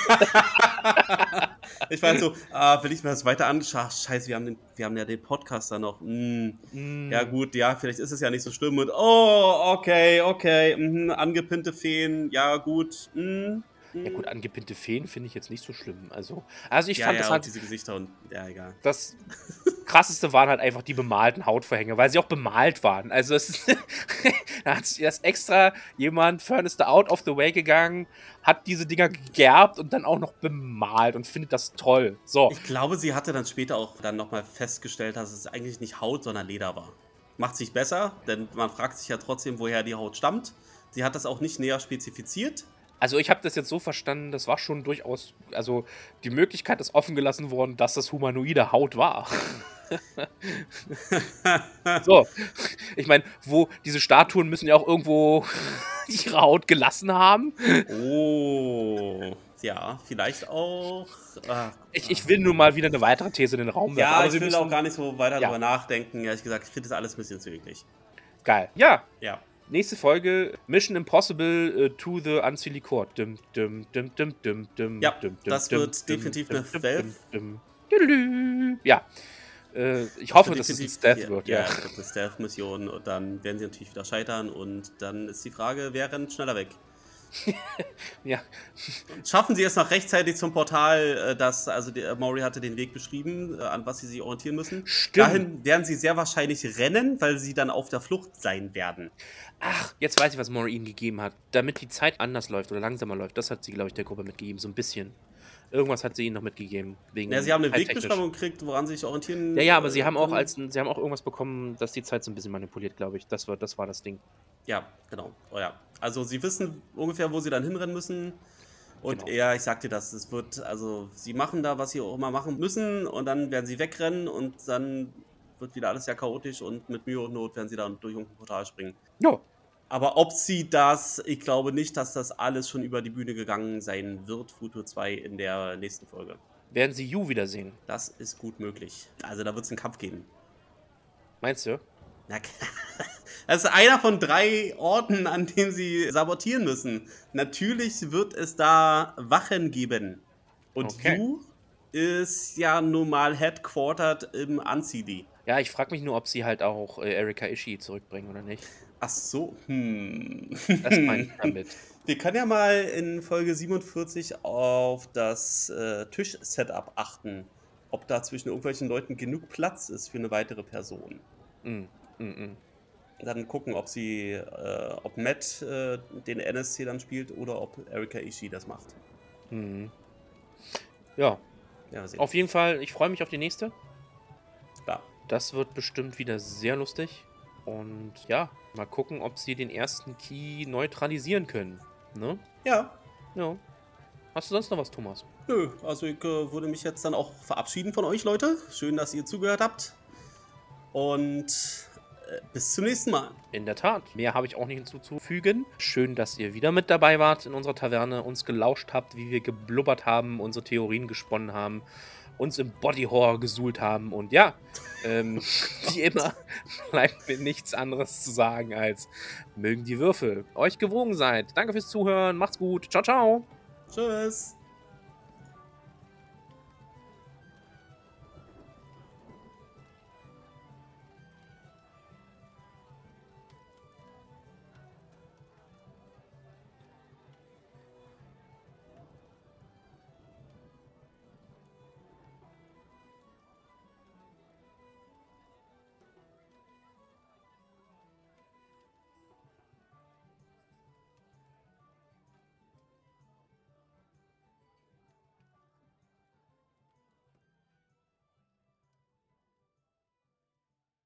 Ich war halt so, will ich mir das weiter anschauen? Scheiße, wir haben ja den Podcast da noch. Ja gut, ja, vielleicht ist es ja nicht so schlimm. Und okay, angepinnte Feen, ja gut. Ja gut, angepinnte Feen finde ich jetzt nicht so schlimm. Also ich Ja, fand das und halt, diese Gesichter und, ja, egal. das krasseste waren halt einfach die bemalten Hautverhänge, weil sie auch bemalt waren. Also es ist, da hat sich das extra jemand, Fern ist da out of the way gegangen, hat diese Dinger gegerbt und dann auch noch bemalt und findet das toll. So, Ich glaube, sie hatte dann später auch dann nochmal festgestellt, dass es eigentlich nicht Haut, sondern Leder war. Macht sich besser, denn man fragt sich ja trotzdem, woher die Haut stammt. Sie hat das auch nicht näher spezifiziert. also ich habe das jetzt so verstanden, das war schon durchaus, also die Möglichkeit ist offen gelassen worden, dass das humanoide Haut war. So, ich meine, diese Statuen müssen ja auch irgendwo ihre Haut gelassen haben. Oh, ja, vielleicht auch. Ich will nur mal wieder eine weitere These in den Raum werfen. Ja, aber ich Sie will müssen- auch gar nicht so weiter Ja. drüber nachdenken. Ehrlich gesagt, ich finde das alles ein bisschen zu eklig. Geil. Ja, Ja. nächste Folge: Mission Impossible to the Ancilicort. Ja, das wird definitiv eine Stealth. Ja. Ich hoffe, dass es ein Definitiv- Stealth wird. Ja, Ja. das wird eine Stealth-Mission und dann werden sie natürlich wieder scheitern und dann ist die Frage, wer rennt schneller weg? Ja. Schaffen sie es noch rechtzeitig zum Portal, Maury hatte den Weg beschrieben, an was sie sich orientieren müssen. Stimmt. Dahin werden sie sehr wahrscheinlich rennen, weil sie dann auf der Flucht sein werden. Ach, jetzt weiß ich, was Maury ihnen gegeben hat. Damit die Zeit anders läuft oder langsamer läuft. Das hat sie, glaube ich, der Gruppe mitgegeben. So ein bisschen. Irgendwas hat sie ihnen noch mitgegeben. Wegen Ja, sie haben eine zeittechnisch. Wegbeschreibung gekriegt, woran sie sich orientieren. Ja, aber sie haben auch können. sie haben auch irgendwas bekommen, dass die Zeit so ein bisschen manipuliert, glaube ich. Das war das Ding. Ja, genau. Oh ja. Also sie wissen ungefähr, wo sie dann hinrennen müssen. Und Genau. ja, ich sag dir das, es wird, also sie machen da, was sie auch immer machen müssen und dann werden sie wegrennen und dann wird wieder alles sehr chaotisch und mit Mühe und Not werden sie dann durch irgendein Portal springen. Ja, Aber ob sie das, ich glaube nicht, dass das alles schon über die Bühne gegangen sein wird, Futur 2 in der nächsten Folge. werden sie Yu wiedersehen. Das ist gut möglich. Also da wird es einen Kampf geben. Meinst du? Na, das ist einer von 3 Orten, an denen sie sabotieren müssen. Natürlich wird es da Wachen geben. Und Okay. Yu ist ja nun mal headquartered im Uncd. Ja, ich frage mich nur, ob sie halt auch Erika Ishii zurückbringen oder nicht. Ach so, Das meine ich damit. Wir können ja mal in Folge 47 auf das Tisch-Setup achten. Ob da zwischen irgendwelchen Leuten genug Platz ist für eine weitere Person. Dann gucken, ob sie, ob Matt den NSC dann spielt oder ob Erika Ishii das macht. Ja, Ja, sehen. auf jeden Fall, ich freue mich auf die nächste. Klar. Das wird bestimmt wieder sehr lustig. Und ja, mal gucken, ob sie den ersten Key neutralisieren können. Ne? Ja. Ja. Hast du sonst noch was, Thomas? Nö, also ich würde mich jetzt dann auch verabschieden von euch, Leute. Schön, dass ihr zugehört habt. Und bis zum nächsten Mal. In der Tat. Mehr habe ich auch nicht hinzuzufügen. Schön, dass ihr wieder mit dabei wart in unserer Taverne, uns gelauscht habt, wie wir geblubbert haben, unsere Theorien gesponnen haben, uns im Body-Horror gesuhlt haben. Und ja, wie immer bleibt mir nichts anderes zu sagen als mögen die Würfel euch gewogen seid. Danke fürs Zuhören. Macht's gut. Ciao, ciao. Tschüss.